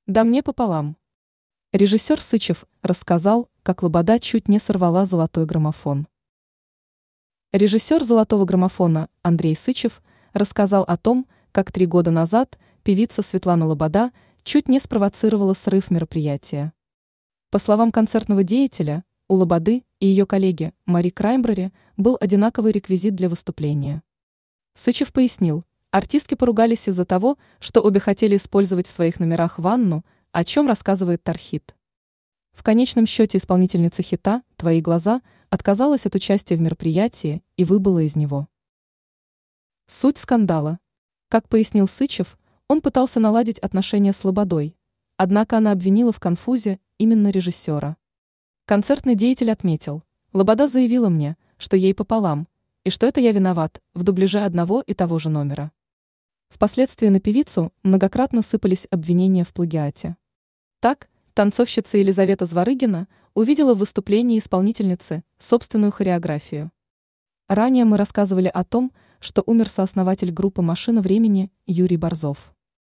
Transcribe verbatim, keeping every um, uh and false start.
Да мне пополам. Режиссер Сычев рассказал, как Лобода чуть не сорвала золотой граммофон. Режиссер «Золотого граммофона» Андрей Сычев рассказал о том, как три года назад певица Светлана Лобода чуть не спровоцировала срыв мероприятия. По словам концертного деятеля, у Лободы и ее коллеги Мари Краймбрери был одинаковый реквизит для выступления. Сычев пояснил, артистки поругались из-за того, что обе хотели использовать в своих номерах ванну, о чем рассказывает Тархит. В конечном счете исполнительница хита «Твои глаза» отказалась от участия в мероприятии и выбыла из него. Суть скандала. Как пояснил Сычев, он пытался наладить отношения с Лободой, однако она обвинила в конфузе именно режиссера. Концертный деятель отметил, Лобода заявила мне, что ей пополам, и что это я виноват в дубляже одного и того же номера. Впоследствии на певицу многократно сыпались обвинения в плагиате. Так, танцовщица Елизавета Зворыгина увидела в выступлении исполнительницы собственную хореографию. Ранее мы рассказывали о том, что умер сооснователь группы «Машина времени» Юрий Борзов.